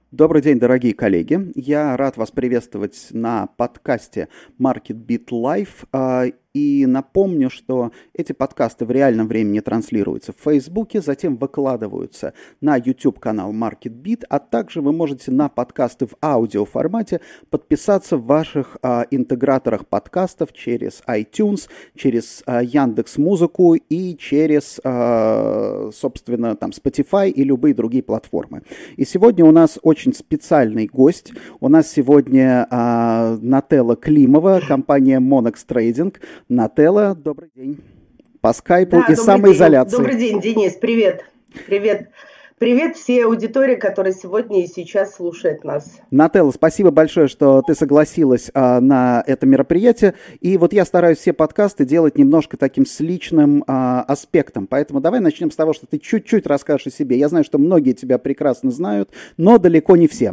Добрый день, дорогие коллеги. Я рад вас приветствовать на подкасте MarketBeat Live. И напомню, что эти подкасты в реальном времени транслируются в Фейсбуке, затем выкладываются на YouTube-канал MarketBeat, а также вы можете на подкасты в аудиоформате подписаться в ваших интеграторах подкастов через iTunes, через Яндекс.Музыку и через, собственно, там Spotify и любые другие платформы. И сегодня у нас очень специальный гость. У нас сегодня Нателла Климова, компания Monex Trading. Нателла, добрый день. По скайпу Да, и самоизоляции. Добрый день, Денис, привет. Привет. Привет всей аудитории, которая сегодня и сейчас слушает нас. Нателла, спасибо большое, что ты согласилась на это мероприятие. И вот я стараюсь все подкасты делать немножко таким с личным аспектом. Поэтому давай начнем с того, что ты чуть-чуть расскажешь о себе. Я знаю, что многие тебя прекрасно знают, но далеко не все.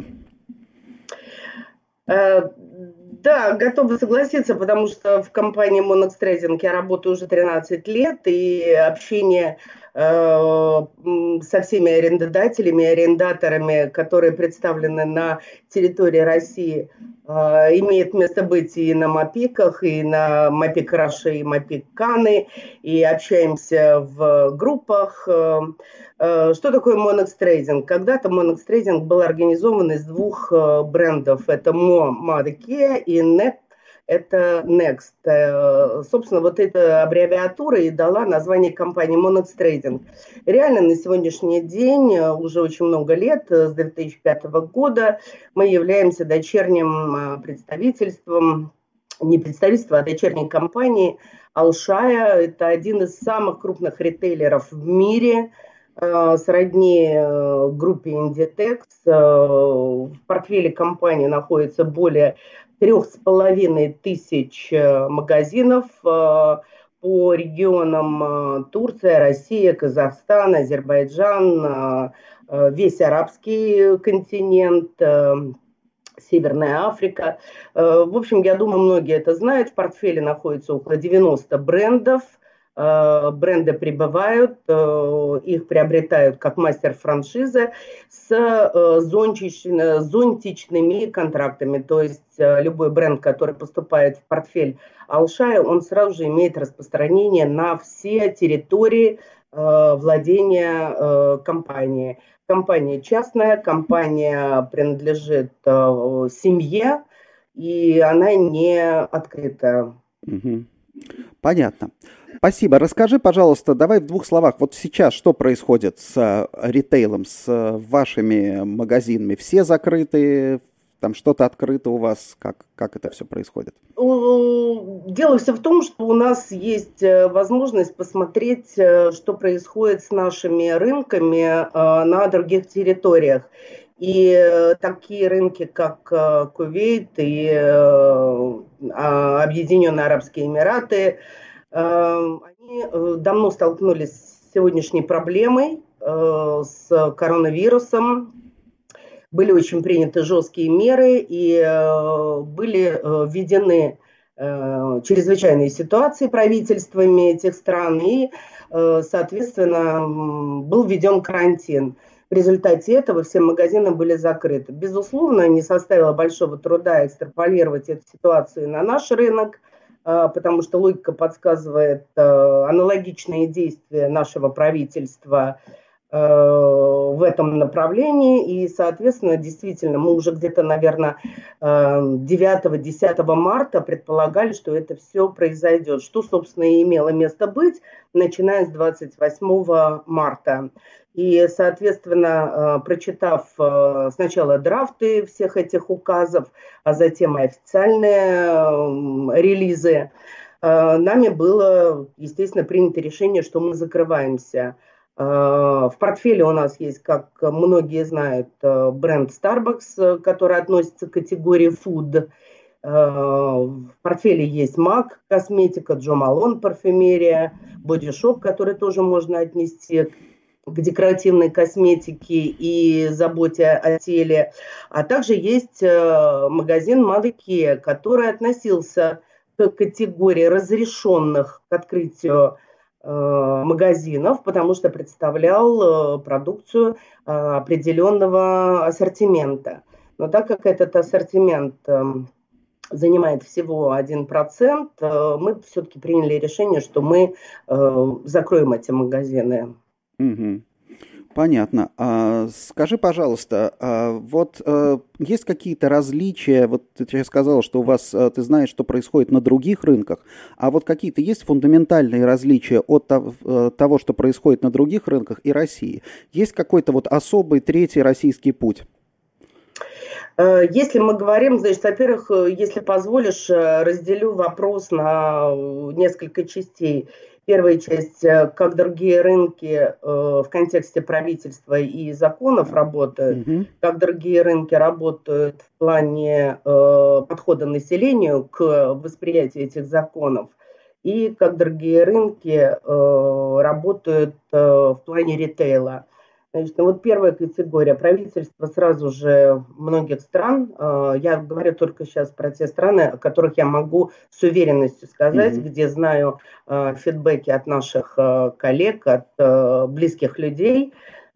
Да, готова согласиться, потому что в компании Monex Trading я работаю уже 13 лет, и общение со всеми арендодателями, арендаторами, которые представлены на территории России, имеет место быть и на МАПИКах, и на МАПИК Раши, и МАПИК Каны, и общаемся в группах. Что такое Monex Trading? Когда-то Monex Trading был организован из двух брендов. Это Mo Mothercare и NET. Это Next. Собственно, вот эта аббревиатура и дала название компании Monex Trading. Реально на сегодняшний день, уже очень много лет, с 2005 года, мы являемся дочерним представительством, не представительством, а дочерней компанией Алшая. Это один из самых крупных ритейлеров в мире, сродни группе Inditex. В портфеле компании находится более 3500 магазинов по регионам: Турция, Россия, Казахстан, Азербайджан, весь арабский континент, Северная Африка. В общем, я думаю, многие это знают. В портфеле находится около 90 брендов. Бренды прибывают, их приобретают как мастер-франшиза с зонтичными контрактами. То есть любой бренд, который поступает в портфель Алшая, он сразу же имеет распространение на все территории владения компании. Компания частная, компания принадлежит семье, и она не открыта. Угу. Понятно. Спасибо. Расскажи, пожалуйста, давай в двух словах. Вот сейчас что происходит с ритейлом, с вашими магазинами? Все закрыты? Там что-то открыто у вас? Как это все происходит? Дело все в том, что у нас есть возможность посмотреть, что происходит с нашими рынками на других территориях. И такие рынки, как Кувейт и Объединенные Арабские Эмираты, они давно столкнулись с сегодняшней проблемой, с коронавирусом. Были очень приняты жесткие меры и были введены чрезвычайные ситуации правительствами этих стран, и, соответственно, был введен карантин. В результате этого все магазины были закрыты. Безусловно, не составило большого труда экстраполировать эту ситуацию на наш рынок, потому что логика подсказывает аналогичные действия нашего правительства в этом направлении. И, соответственно, действительно, мы уже где-то, наверное, 9-10 марта предполагали, что это все произойдет, что, собственно, и имело место быть, начиная с 28 марта. И, соответственно, прочитав сначала драфты всех этих указов, а затем и официальные релизы, нами было, естественно, принято решение, что мы закрываемся. В портфеле у нас есть, как многие знают, бренд Starbucks, который относится к категории food. В портфеле есть MAC, косметика, Jo Malone, парфюмерия, Body Shop, который тоже можно отнести к декоративной косметике и заботе о теле. А также есть магазин Mothercare, который относился к категории разрешенных к открытию магазинов, потому что представлял продукцию определенного ассортимента. Но так как этот ассортимент занимает всего 1%, мы все-таки приняли решение, что мы закроем эти магазины. Мгм. Понятно. Скажи, пожалуйста, есть какие-то различия? Вот ты сейчас сказал, что у вас, ты знаешь, что происходит на других рынках, а вот какие-то есть фундаментальные различия от того, что происходит на других рынках и России? Есть какой-то вот особый третий российский путь? Если мы говорим, значит, во-первых, если позволишь, разделю вопрос на несколько частей. Первая часть, как другие рынки в контексте правительства и законов работают, как другие рынки работают в плане подхода населению к восприятию этих законов, и как другие рынки работают в плане ритейла. Значит, вот первая категория. Правительство сразу же многих стран, я говорю только сейчас про те страны, о которых я могу с уверенностью сказать, где знаю фидбэки от наших коллег, от близких людей.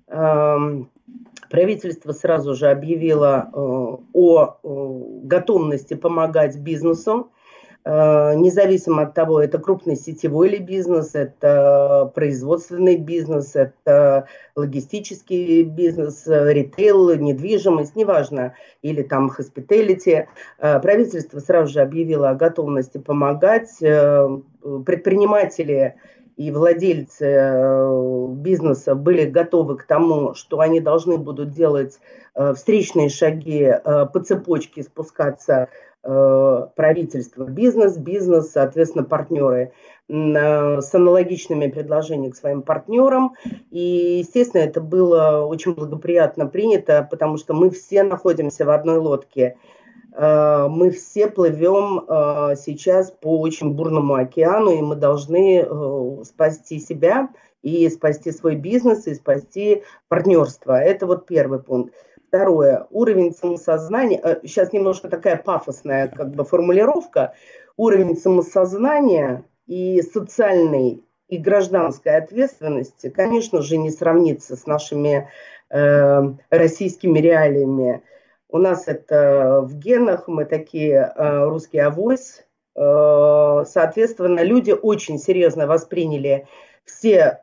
Правительство сразу же объявило о готовности помогать бизнесу. Независимо от того, это крупный сетевой ли бизнес, это производственный бизнес, это логистический бизнес, ритейл, недвижимость, неважно, или там hospitality. Правительство сразу же объявило о готовности помогать. Предприниматели и владельцы бизнеса были готовы к тому, что они должны будут делать встречные шаги по цепочке, спускаться правительство, бизнес, соответственно, партнеры с аналогичными предложениями к своим партнерам. И, естественно, это было очень благоприятно принято, потому что мы все находимся в одной лодке. Мы все плывем сейчас по очень бурному океану, и мы должны спасти себя, и спасти свой бизнес, и спасти партнерство. Это вот первый пункт. Второе, уровень самосознания, сейчас немножко такая пафосная как бы формулировка, уровень самосознания и социальной и гражданской ответственности, конечно же, не сравнится с нашими российскими реалиями. У нас это в генах, мы такие русский авось, соответственно, люди очень серьезно восприняли все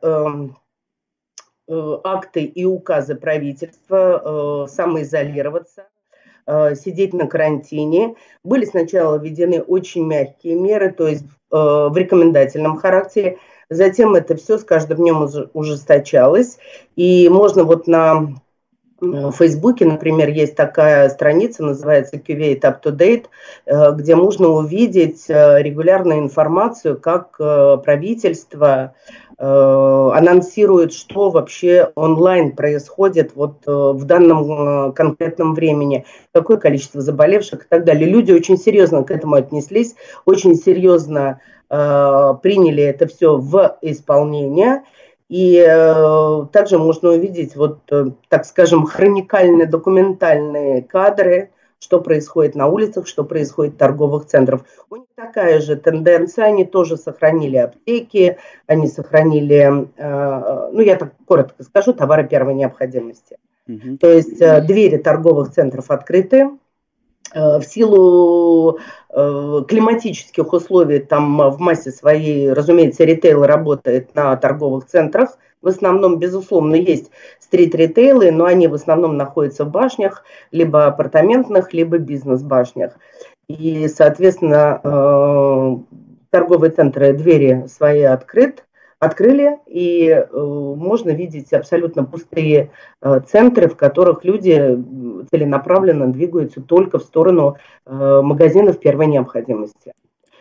акты и указы правительства, самоизолироваться, сидеть на карантине. Были сначала введены очень мягкие меры, то есть в рекомендательном характере. Затем это все с каждым днем ужесточалось. И можно вот на в Фейсбуке, например, есть такая страница, называется Kuwait Up to Date, где можно увидеть регулярную информацию, как правительство анонсирует, что вообще онлайн происходит вот в данном конкретном времени, какое количество заболевших и так далее. Люди очень серьезно к этому отнеслись, очень серьезно приняли это все в исполнение. И также можно увидеть, вот, так скажем, хроникальные, документальные кадры, что происходит на улицах, что происходит в торговых центрах. У них такая же тенденция, они тоже сохранили аптеки, они сохранили, ну я так коротко скажу, товары первой необходимости. То есть двери торговых центров открыты. В силу климатических условий, там в массе своей, разумеется, ритейл работает на торговых центрах. В основном, безусловно, есть стрит-ритейлы, но они в основном находятся в башнях, либо апартаментных, либо бизнес-башнях. И, соответственно, торговые центры, двери свои открыли, и можно видеть абсолютно пустые центры, в которых люди целенаправленно двигаются только в сторону магазинов первой необходимости.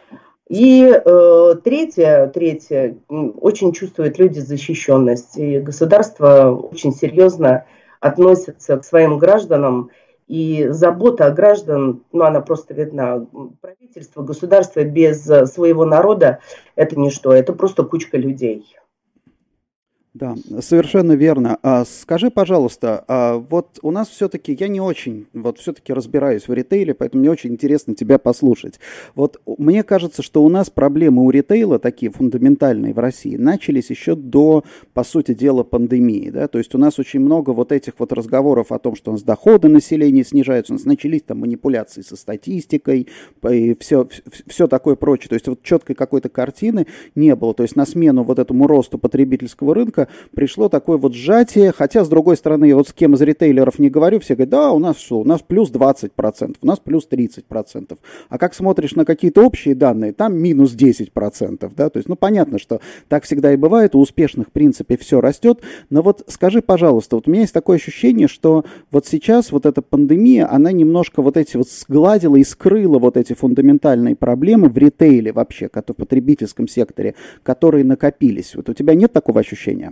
И третье, очень чувствуют люди защищенность, и государство очень серьезно относится к своим гражданам, и забота о граждан, ну, она просто видна. Правительство, государство без своего народа – это ничто, это просто кучка людей. Да, совершенно верно. Скажи, пожалуйста, вот у нас все-таки, я не очень, вот все-таки разбираюсь в ритейле, поэтому мне очень интересно тебя послушать. Вот мне кажется, что у нас проблемы у ритейла, такие фундаментальные в России, начались еще до, по сути дела, пандемии, да, то есть у нас очень много вот этих вот разговоров о том, что у нас доходы населения снижаются, у нас начались там манипуляции со статистикой и все такое прочее, то есть вот четкой какой-то картины не было, то есть на смену вот этому росту потребительского рынка пришло такое вот сжатие, хотя, с другой стороны, я вот с кем из ритейлеров не говорю, все говорят, да, у нас что, у нас плюс 20%, у нас плюс 30%, а как смотришь на какие-то общие данные, там минус 10%, да, то есть, ну, понятно, что так всегда и бывает, у успешных, в принципе, все растет, но вот скажи, пожалуйста, вот у меня есть такое ощущение, что вот сейчас вот эта пандемия, она немножко вот эти вот сгладила и скрыла вот эти фундаментальные проблемы в ритейле вообще, в потребительском секторе, которые накопились. Вот у тебя нет такого ощущения?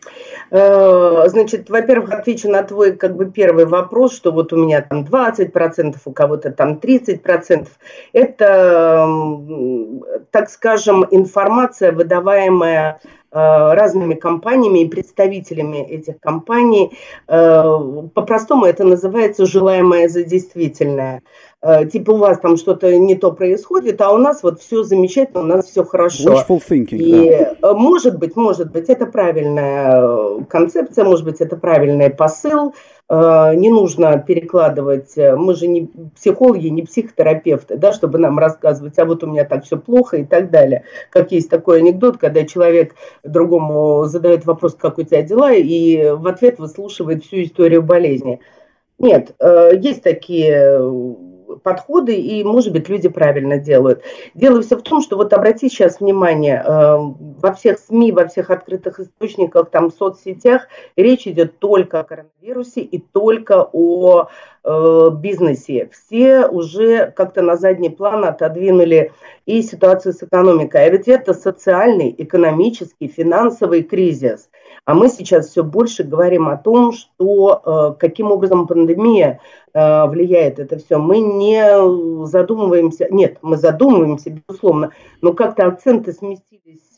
Значит, во-первых, отвечу на твой как бы первый вопрос, что вот у меня там 20%, у кого-то там 30%. Это, так скажем, информация, выдаваемая разными компаниями и представителями этих компаний. По-простому это называется желаемое за действительное. Типа у вас там что-то не то происходит, а у нас вот все замечательно, у нас все хорошо. Wishful thinking, и да. Может быть, это правильная концепция, может быть, это правильный посыл. Не нужно перекладывать, мы же не психологи, не психотерапевты, да, чтобы нам рассказывать, а вот у меня так все плохо и так далее. Как есть такой анекдот, когда человек другому задает вопрос, как у тебя дела, и в ответ выслушивает всю историю болезни. Нет, есть такие подходы, и, может быть, люди правильно делают. Дело все в том, что вот обрати сейчас внимание, во всех СМИ, во всех открытых источниках, там, в соцсетях речь идет только о коронавирусе и только о бизнесе. Все уже как-то на задний план отодвинули и ситуацию с экономикой. А ведь это социальный, экономический, финансовый кризис. А мы сейчас все больше говорим о том, что каким образом пандемия влияет это все. Мы не задумываемся, нет, мы задумываемся, безусловно, но как-то акценты сместились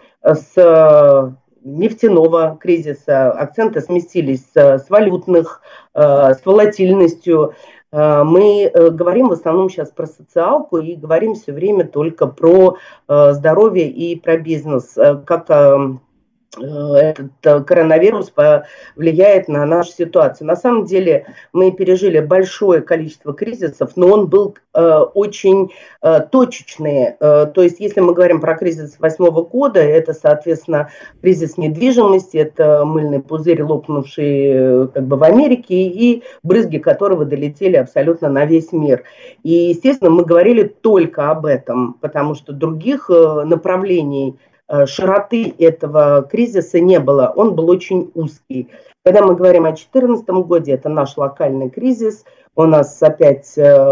с нефтяного кризиса, акценты сместились с валютных, с волатильностью. Мы говорим в основном сейчас про социалку и говорим все время только про здоровье и про бизнес, как этот коронавирус влияет на нашу ситуацию. На самом деле мы пережили большое количество кризисов, но он был очень точечный. То есть если мы говорим про кризис 2008 года, это, соответственно, кризис недвижимости, это мыльный пузырь, лопнувший как бы в Америке, и брызги которого долетели абсолютно на весь мир. И, естественно, мы говорили только об этом, потому что других направлений широты этого кризиса не было, он был очень узкий. Когда мы говорим о 2014 году, это наш локальный кризис, у нас опять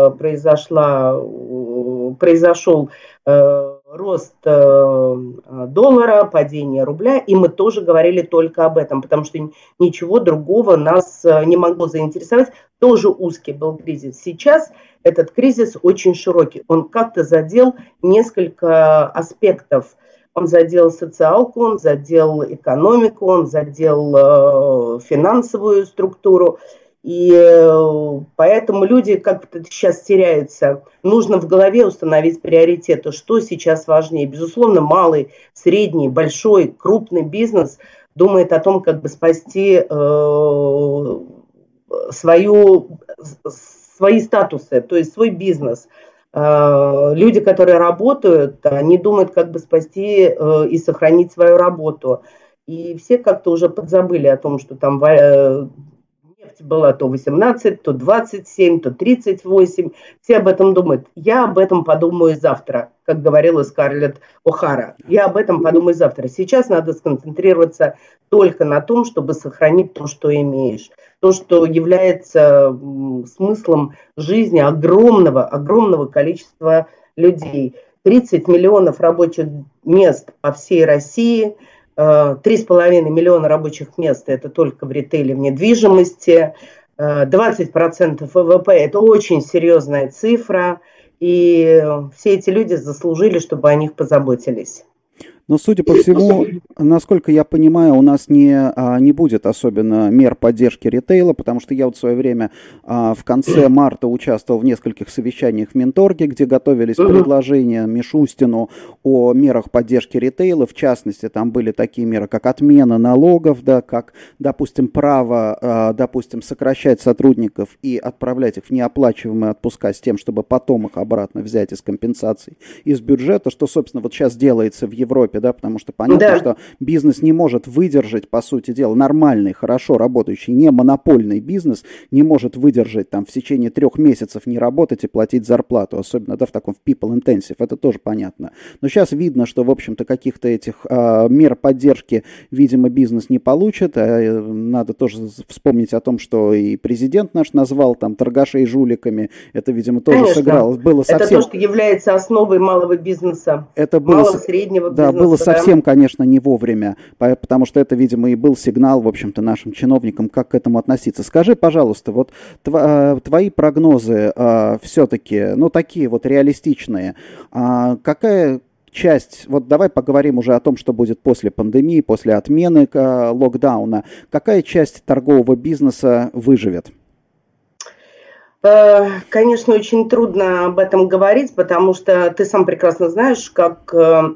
произошел рост доллара, падение рубля, и мы тоже говорили только об этом, потому что ничего другого нас не могло заинтересовать. Тоже узкий был кризис. Сейчас этот кризис очень широкий, он как-то задел несколько аспектов. Он задел социалку, он задел экономику, он задел финансовую структуру. И поэтому люди как-то сейчас теряются. Нужно в голове установить приоритеты, что сейчас важнее. Безусловно, малый, средний, большой, крупный бизнес думает о том, как бы спасти свои статусы, то есть свой бизнес. Люди, которые работают, они думают, как бы спасти и сохранить свою работу. И все как-то уже подзабыли о том, что там нефть была то 18, то 27, то 38. Все об этом думают. Я об этом подумаю завтра, как говорила Скарлетт О'Хара. Я об этом подумаю завтра. Сейчас надо сконцентрироваться только на том, чтобы сохранить то, что имеешь. То, что является смыслом жизни огромного количества людей. 30 миллионов рабочих мест по всей России, 3,5 миллиона рабочих мест это только в ритейле, в недвижимости, 20% ВВП это очень серьезная цифра, и все эти люди заслужили, чтобы о них позаботились. Но, судя по всему, насколько я понимаю, у нас не будет особенно мер поддержки ритейла, потому что я вот в свое время в конце марта участвовал в нескольких совещаниях в Минторге, где готовились предложения Мишустину о мерах поддержки ритейла. В частности, там были такие меры, как отмена налогов, да, как, допустим, право, допустим, сокращать сотрудников и отправлять их в неоплачиваемые отпуска с тем, чтобы потом их обратно взять из компенсаций из бюджета, что, собственно, вот сейчас делается в Европе, да, потому что понятно, что бизнес не может выдержать, по сути дела, нормальный, хорошо работающий, не монопольный бизнес не может выдержать там в течение 3 месяцев не работать и платить зарплату, особенно, да, в таком people intensive, это тоже понятно. Но сейчас видно, что, в общем-то, каких-то этих мер поддержки, видимо, бизнес не получит. Надо тоже вспомнить о том, что и президент наш назвал там торгашей жуликами. Это, видимо, тоже Конечно. Сыграло. Было совсем... Это то, что является основой малого бизнеса, это было... малого среднего бизнеса. Да, было совсем, конечно, не вовремя, потому что это, видимо, и был сигнал, в общем-то, нашим чиновникам, как к этому относиться. Скажи, пожалуйста, вот твои прогнозы все-таки, ну, такие вот реалистичные, какая часть, вот давай поговорим уже о том, что будет после пандемии, после отмены локдауна, какая часть торгового бизнеса выживет? Конечно, очень трудно об этом говорить, потому что ты сам прекрасно знаешь, как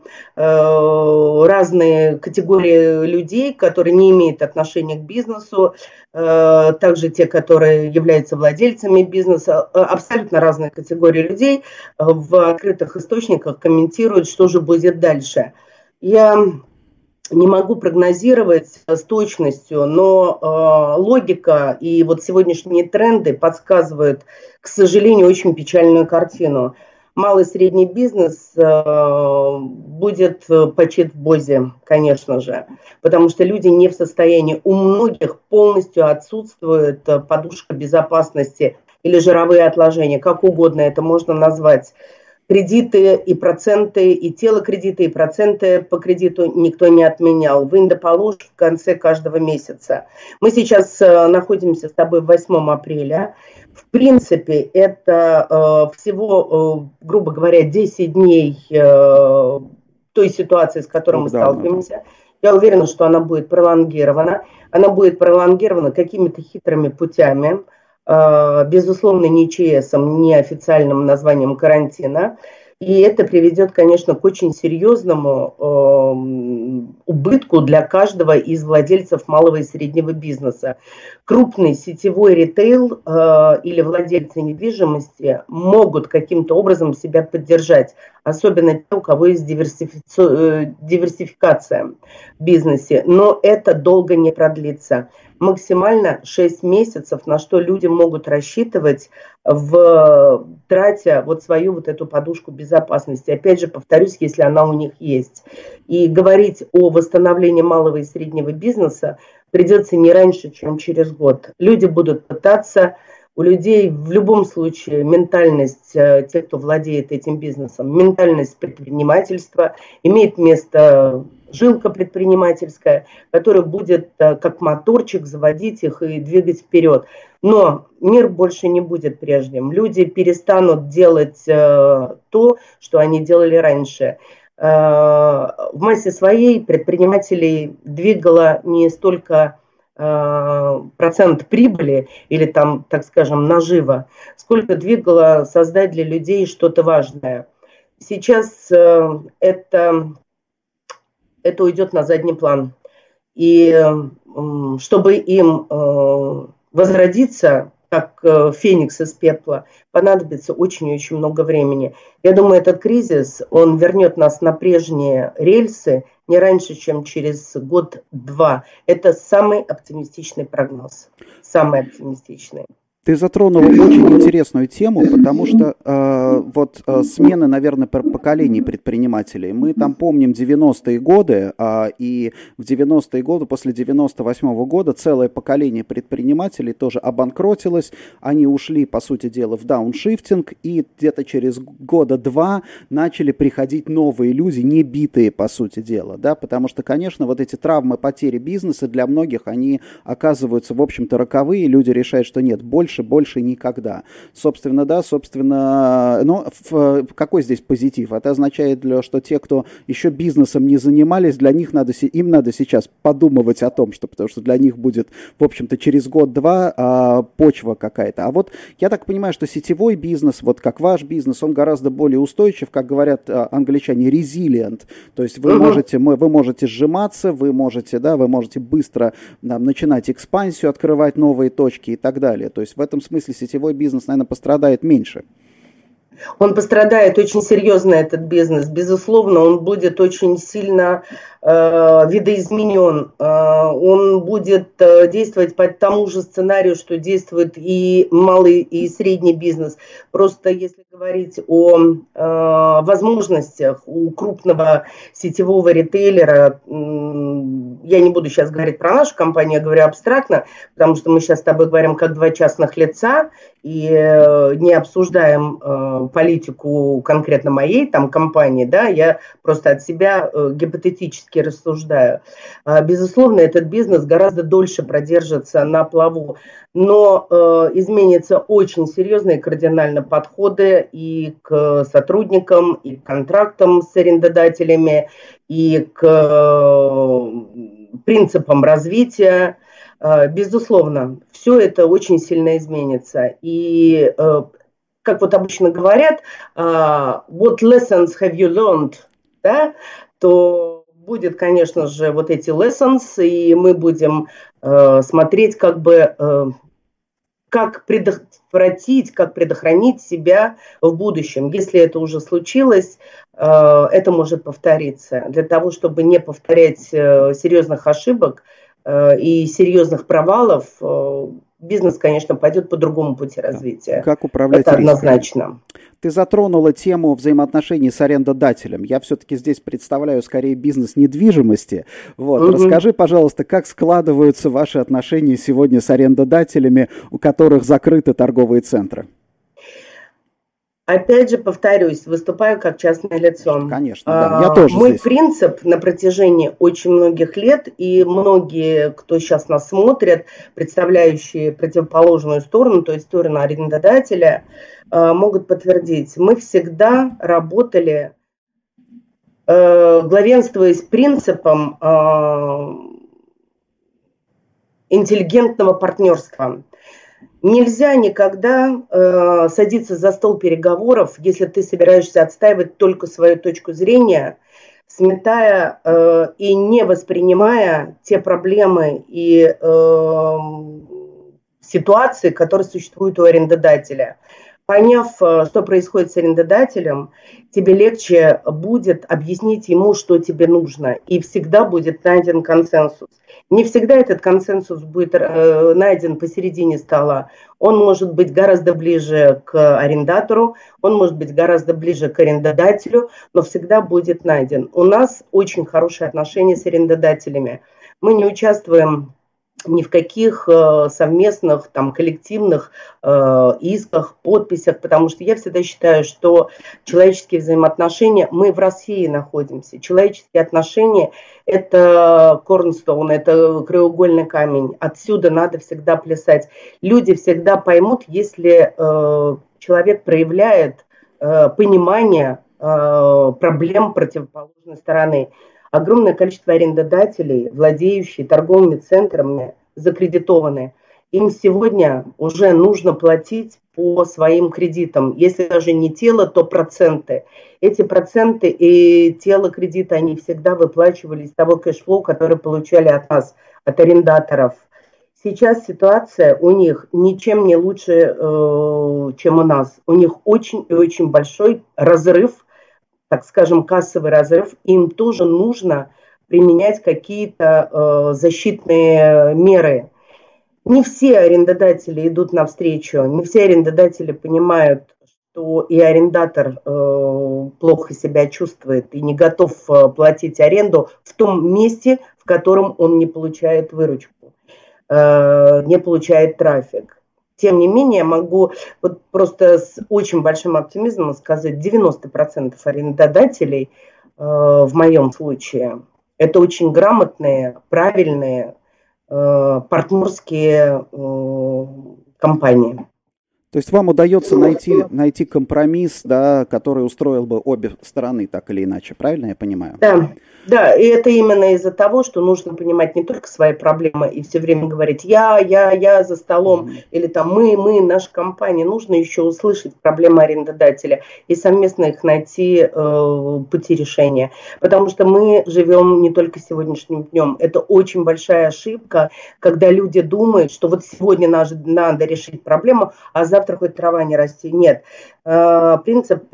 разные категории людей, которые не имеют отношения к бизнесу, также те, которые являются владельцами бизнеса, абсолютно разные категории людей в открытых источниках комментируют, что же будет дальше. Я не могу прогнозировать с точностью, но логика и вот сегодняшние тренды подсказывают, к сожалению, очень печальную картину. Малый и средний бизнес будет почит в бозе, конечно же, потому что люди не в состоянии, у многих полностью отсутствует подушка безопасности или жировые отложения, как угодно это можно назвать. Кредиты и проценты, и тело кредита, и проценты по кредиту никто не отменял. Вынь да положь в конце каждого месяца. Мы сейчас находимся с тобой 8 апреля. В принципе, это всего, грубо говоря, 10 дней той ситуации, с которой мы сталкиваемся. Я уверена, что она будет пролонгирована. Она будет пролонгирована какими-то хитрыми путями. Безусловно, не ЧСом, не официальным названием карантина. И это приведет, конечно, к очень серьезному убытку для каждого из владельцев малого и среднего бизнеса. Крупный сетевой ритейл или владельцы недвижимости могут каким-то образом себя поддержать, особенно те, у кого есть диверсификация в бизнесе. Но это долго не продлится. Максимально 6 месяцев, на что люди могут рассчитывать, тратя вот свою вот эту подушку безопасности. Опять же, повторюсь, если она у них есть. И говорить о восстановлении малого и среднего бизнеса придется не раньше, чем через год. Люди будут пытаться, у людей в любом случае ментальность, тех, кто владеет этим бизнесом, ментальность предпринимательства, имеет место жилка предпринимательская, которая будет как моторчик заводить их и двигать вперед. Но мир больше не будет прежним. Люди перестанут делать то, что они делали раньше. В массе своей предпринимателей двигало не столько процент прибыли или там, так скажем, нажива, сколько двигало создать для людей что-то важное. Сейчас это уйдет на задний план. И чтобы им возродиться, как феникс из пепла, понадобится очень-очень много времени. Я думаю, этот кризис, он вернет нас на прежние рельсы не раньше, чем через год-два. Это самый оптимистичный прогноз. Самый оптимистичный. Ты затронула очень интересную тему, потому что смены, наверное, поколений предпринимателей. Мы там помним 90-е годы, и в 90-е годы, после 98-го года, целое поколение предпринимателей тоже обанкротилось. Они ушли, по сути дела, в дауншифтинг, и где-то через года-два начали приходить новые люди, не битые, по сути дела, да, потому что, конечно, вот эти травмы, потери бизнеса для многих, они оказываются, в общем-то, роковые. Люди решают, что нет, больше больше никогда. Собственно, но какой здесь позитив? Это означает, что те, кто еще бизнесом не занимались, для них им надо сейчас подумывать о том, потому что для них будет, в общем-то, через год-два почва какая-то. А вот я так понимаю, что сетевой бизнес, вот как ваш бизнес, он гораздо более устойчив, как говорят англичане, resilient. То есть вы можете сжиматься, вы можете быстро начинать экспансию, открывать новые точки и так далее. То есть в этом смысле сетевой бизнес, наверное, пострадает меньше. Он пострадает очень серьезно, этот бизнес. Безусловно, он будет очень сильно видоизменен. Он будет действовать по тому же сценарию, что действует и малый, и средний бизнес. Просто если говорить о возможностях у крупного сетевого ритейлера, я не буду сейчас говорить про нашу компанию, я говорю абстрактно, потому что мы сейчас с тобой говорим как два частных лица и не обсуждаем политику конкретно моей компании, да, я просто от себя гипотетически рассуждаю. Безусловно, этот бизнес гораздо дольше продержится на плаву, но изменятся очень серьезные кардинально подходы и к сотрудникам, и к контрактам с арендодателями, и к принципам развития. Безусловно, все это очень сильно изменится. И, как вот обычно говорят, what lessons have you learned, да, то будет, конечно же, вот эти lessons, и мы будем смотреть, как предотвратить, как предохранить себя в будущем. Если это уже случилось, это может повториться. Для того, чтобы не повторять серьезных ошибок и серьезных провалов, бизнес, конечно, пойдет по другому пути развития. Как управлять это однозначно. Ты затронула тему взаимоотношений с арендодателем. Я все-таки здесь представляю скорее бизнес недвижимости. Расскажи, пожалуйста, как складываются ваши отношения сегодня с арендодателями, у которых закрыты торговые центры? Опять же, повторюсь, выступаю как частное лицо. Конечно, да. Я тоже Мой здесь. принцип на протяжении очень многих лет, и многие, кто сейчас нас смотрят, представляющие противоположную сторону, то есть сторону арендодателя, могут подтвердить. Мы всегда работали, главенствуясь принципом интеллигентного партнерства. Нельзя никогда садиться за стол переговоров, если ты собираешься отстаивать только свою точку зрения, сметая и не воспринимая те проблемы и ситуации, которые существуют у арендодателя. Поняв, что происходит с арендодателем, тебе легче будет объяснить ему, что тебе нужно, и всегда будет найден консенсус. Не всегда этот консенсус будет найден посередине стола. Он может быть гораздо ближе к арендатору, он может быть гораздо ближе к арендодателю, но всегда будет найден. У нас очень хорошие отношения с арендодателями. Мы не участвуем ни в каких совместных, коллективных исках, подписях, потому что я всегда считаю, что человеческие взаимоотношения, мы в России находимся, человеческие отношения – это корнстоун, это краеугольный камень, отсюда надо всегда плясать. Люди всегда поймут, если человек проявляет понимание проблем противоположной стороны. Огромное количество арендодателей, владеющие торговыми центрами, закредитованы. Им сегодня уже нужно платить по своим кредитам. Если даже не тело, то проценты. Эти проценты и тело кредита, они всегда выплачивались из того кэшфлоу, который получали от нас, от арендаторов. Сейчас ситуация у них ничем не лучше, чем у нас. У них очень и очень большой разрыв, так скажем, кассовый разрыв, им тоже нужно применять какие-то защитные меры. Не все арендодатели идут навстречу, не все арендодатели понимают, что и арендатор плохо себя чувствует и не готов платить аренду в том месте, в котором он не получает выручку, не получает трафик. Тем не менее, могу просто с очень большим оптимизмом сказать, 90% арендодателей в моем случае это очень грамотные, правильные, партнерские компании. То есть вам удается найти компромисс, да, который устроил бы обе стороны так или иначе, правильно я понимаю? Да, и это именно из-за того, что нужно понимать не только свои проблемы и все время говорить я за столом, или там мы, наша компания. Нужно еще услышать проблемы арендодателя и совместно их найти пути решения. Потому что мы живем не только сегодняшним днем. Это очень большая ошибка, когда люди думают, что вот сегодня надо решить проблему, а завтра хоть трава не расти. Нет. Принцип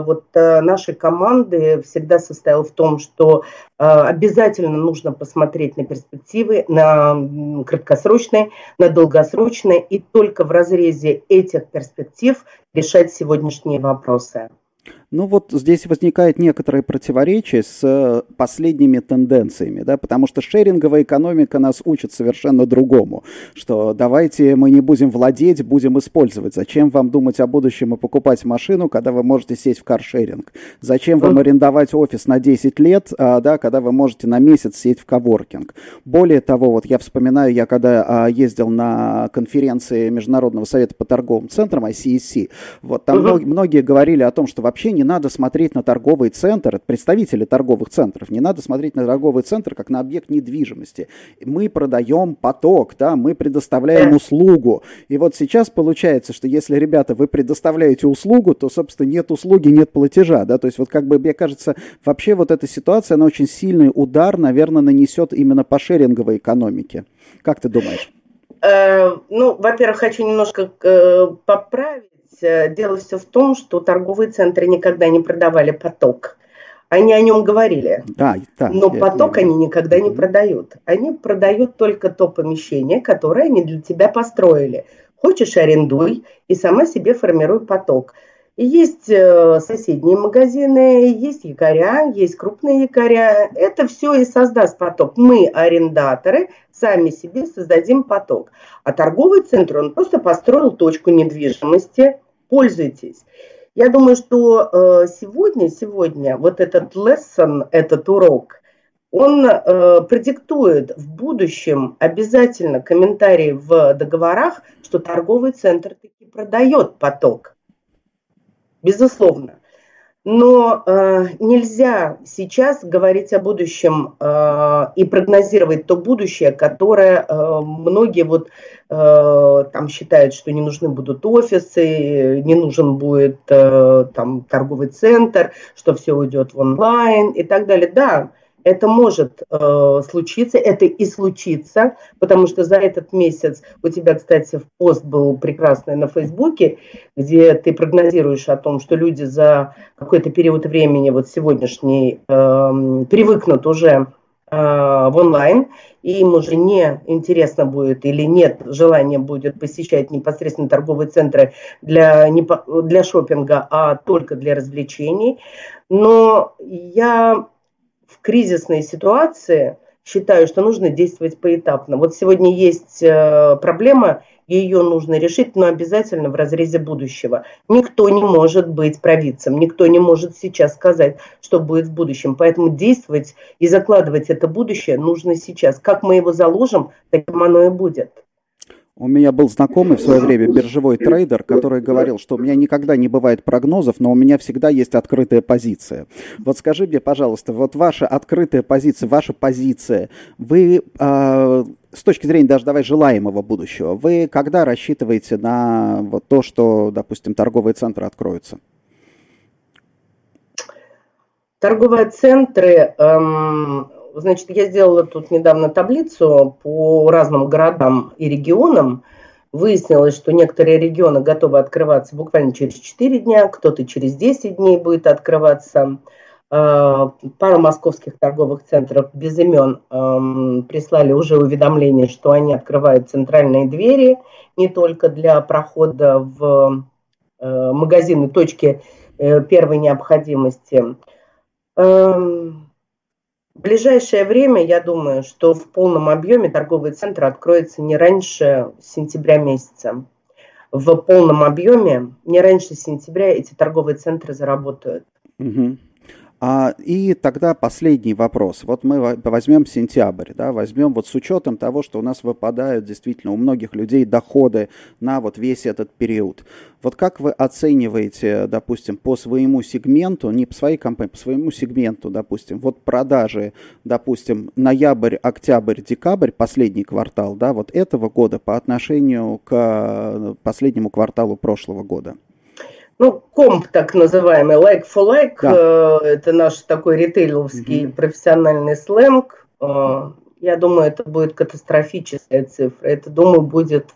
нашей команды всегда состоял в том, что обязательно нужно посмотреть на перспективы, на краткосрочные, на долгосрочные, и только в разрезе этих перспектив решать сегодняшние вопросы. Ну вот здесь возникает некоторое противоречие с последними тенденциями, да, потому что шеринговая экономика нас учит совершенно другому, что давайте мы не будем владеть, будем использовать. Зачем вам думать о будущем и покупать машину, когда вы можете сесть в каршеринг? Зачем вам арендовать офис на 10 лет, да, когда вы можете на месяц сесть в коворкинг? Более того, вот я вспоминаю, я когда ездил на конференции Международного совета по торговым центрам, ICSC, вот там многие говорили о том, что вообще не надо смотреть на торговый центр, представители торговых центров, не надо смотреть на торговый центр как на объект недвижимости. Мы продаем поток, да, мы предоставляем услугу. И вот сейчас получается, что если, ребята, вы предоставляете услугу, то, собственно, нет услуги, нет платежа, да, то есть вот как бы, мне кажется, вообще вот эта ситуация, она очень сильный удар, наверное, нанесет именно по шеринговой экономике. Как ты думаешь? Во-первых, хочу немножко поправить. Дело все в том, что торговые центры никогда не продавали поток. Они о нем говорили, но поток они никогда не продают. Они продают только то помещение, которое они для тебя построили. Хочешь — арендуй и сама себе формируй поток. И есть соседние магазины, есть якоря, есть крупные якоря. Это все и создаст поток. Мы, арендаторы, сами себе создадим поток. А торговый центр, он просто построил точку недвижимости. Пользуйтесь. Я думаю, что сегодня вот этот lesson, этот урок, он продиктует в будущем обязательно комментарии в договорах, что торговый центр таки продает поток. Безусловно. Но нельзя сейчас говорить о будущем и прогнозировать то будущее, которое многие там считают, что не нужны будут офисы, не нужен будет там торговый центр, что все уйдет в онлайн и так далее. Да, это может случиться, это и случится, потому что за этот месяц у тебя, кстати, пост был прекрасный на Фейсбуке, где ты прогнозируешь о том, что люди за какой-то период времени, вот сегодняшний, привыкнут уже в онлайн, и им уже не интересно будет или нет желания будет посещать непосредственно торговые центры для шопинга, а только для развлечений. Но я в кризисной ситуации считаю, что нужно действовать поэтапно. Вот сегодня есть проблема, ее нужно решить, но обязательно в разрезе будущего. Никто не может быть провидцем, никто не может сейчас сказать, что будет в будущем. Поэтому действовать и закладывать это будущее нужно сейчас. Как мы его заложим, таким оно и будет. У меня был знакомый в свое время биржевой трейдер, который говорил, что у меня никогда не бывает прогнозов, но у меня всегда есть открытая позиция. Вот скажи мне, пожалуйста, вот ваша открытая позиция, ваша позиция, вы с точки зрения даже давай желаемого будущего, вы когда рассчитываете на вот то, что, допустим, торговые центры откроются? Торговые центры... Значит, я сделала тут недавно таблицу по разным городам и регионам. Выяснилось, что некоторые регионы готовы открываться буквально через 4 дня, кто-то через 10 дней будет открываться. Пару московских торговых центров без имен прислали уже уведомление, что они открывают центральные двери не только для прохода в магазины, точки первой необходимости. В ближайшее время, я думаю, что в полном объеме торговый центр откроется не раньше сентября месяца. В полном объеме не раньше сентября эти торговые центры заработают. Угу. И тогда последний вопрос. Вот мы возьмем сентябрь, да, возьмем вот с учетом того, что у нас выпадают действительно у многих людей доходы на вот весь этот период. Вот как вы оцениваете, допустим, по своему сегменту, не по своей компании, по своему сегменту, допустим, вот продажи, допустим, ноябрь, октябрь, декабрь, последний квартал, да, вот этого года по отношению к последнему кварталу прошлого года? Ну, комп, так называемый, like for like, да. Это наш такой ритейловский профессиональный сленг. Я думаю, это будет катастрофическая цифра. Это, думаю, будет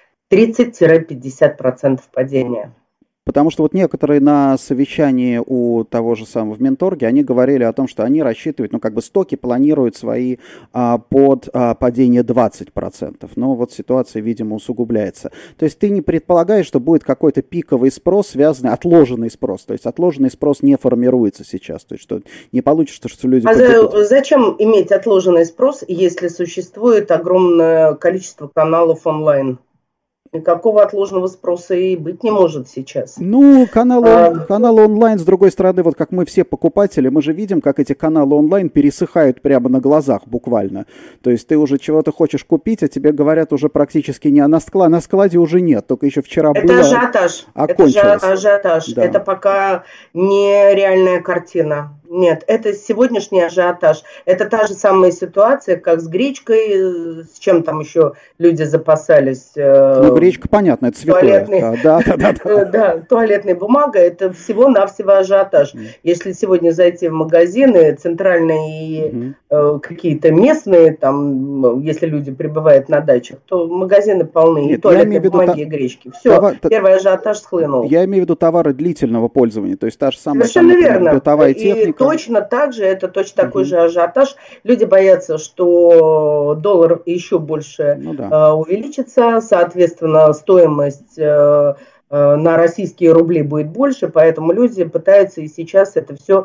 30-50% падения. Потому что вот некоторые на совещании у того же самого в Менторге, они говорили о том, что они рассчитывают, ну как бы стоки планируют свои под падение 20%. Но вот ситуация, видимо, усугубляется. То есть ты не предполагаешь, что будет какой-то пиковый спрос, связанный, отложенный спрос. То есть отложенный спрос не формируется сейчас. То есть что не получится, что люди... Зачем иметь отложенный спрос, если существует огромное количество каналов онлайн? Никакого отложенного спроса и быть не может сейчас. Ну, каналы онлайн, с другой стороны, вот как мы все покупатели, мы же видим, как эти каналы онлайн пересыхают прямо на глазах буквально. То есть ты уже чего-то хочешь купить, а тебе говорят уже практически не на складе уже нет, только еще вчера это было. Ажиотаж. Это ажиотаж. Да. Это пока не реальная картина. Нет, это сегодняшний ажиотаж. Это та же самая ситуация, как с гречкой, с чем там еще люди запасались. Ну, гречка, понятно, это святое. Да, туалетная бумага, это всего-навсего ажиотаж. Если сегодня зайти в магазины центральные и какие-то местные, там, если люди пребывают на дачах, то магазины полны и туалетной бумаги, и гречки. Все, первый ажиотаж схлынул. Я имею в виду товары длительного пользования, то есть та же самая бытовая техника. Точно так же, это точно такой же ажиотаж. Люди боятся, что доллар еще больше увеличится, соответственно, стоимость на российские рубли будет больше, поэтому люди пытаются и сейчас это все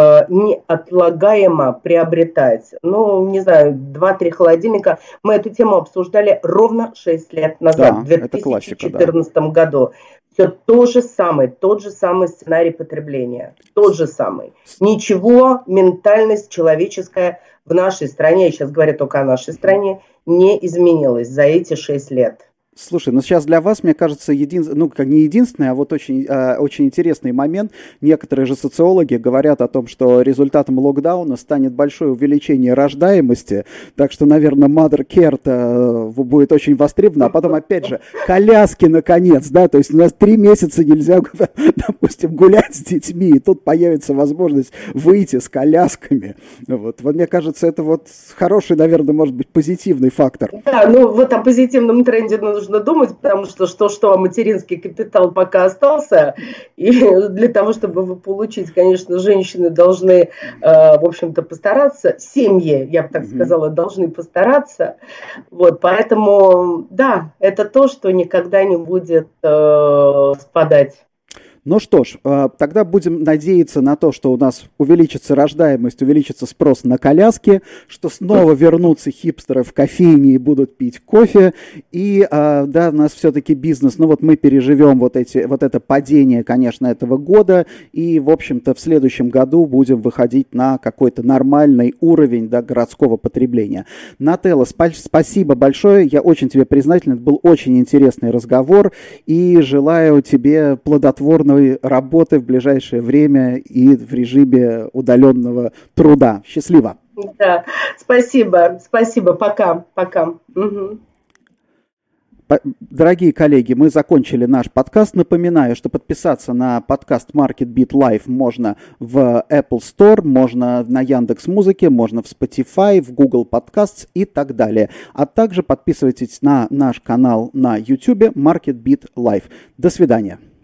неотлагаемо приобретать. Ну, не знаю, 2-3 холодильника. Мы эту тему обсуждали ровно 6 лет назад, в 2014 году. Все тот же самый сценарий потребления. Тот же самый. Ничего, ментальность человеческая в нашей стране, я сейчас говорю только о нашей стране, не изменилась за эти 6 лет. Слушай, ну сейчас для вас, мне кажется, не единственный, а вот очень интересный момент. Некоторые же социологи говорят о том, что результатом локдауна станет большое увеличение рождаемости, так что, наверное, Mother Care будет очень востребована, а потом, опять же, коляски, наконец, да, то есть у нас 3 месяца нельзя, допустим, гулять с детьми, и тут появится возможность выйти с колясками. Вот мне кажется, это вот хороший, наверное, может быть, позитивный фактор. Да, ну вот о позитивном тренде нужно думать, потому что материнский капитал пока остался, и для того, чтобы его получить, конечно, женщины должны, в общем-то, постараться, семьи, я бы так сказала, должны постараться, вот, поэтому, да, это то, что никогда не будет спадать. Ну что ж, тогда будем надеяться на то, что у нас увеличится рождаемость, увеличится спрос на коляски, что снова вернутся хипстеры в кофейни и будут пить кофе, и да, у нас все-таки бизнес, ну вот мы переживем вот это падение, конечно, этого года, и, в общем-то, в следующем году будем выходить на какой-то нормальный уровень, да, городского потребления. Нателла, спасибо большое, я очень тебе признателен, это был очень интересный разговор, и желаю тебе плодотворного работы в ближайшее время и в режиме удаленного труда. Счастливо. Да, спасибо, пока. Угу. Дорогие коллеги, мы закончили наш подкаст. Напоминаю, что подписаться на подкаст MarketBeat Live можно в Apple Store, можно на Яндекс.Музыке, можно в Spotify, в Google Podcasts и так далее. А также подписывайтесь на наш канал на YouTube MarketBeat Live. До свидания.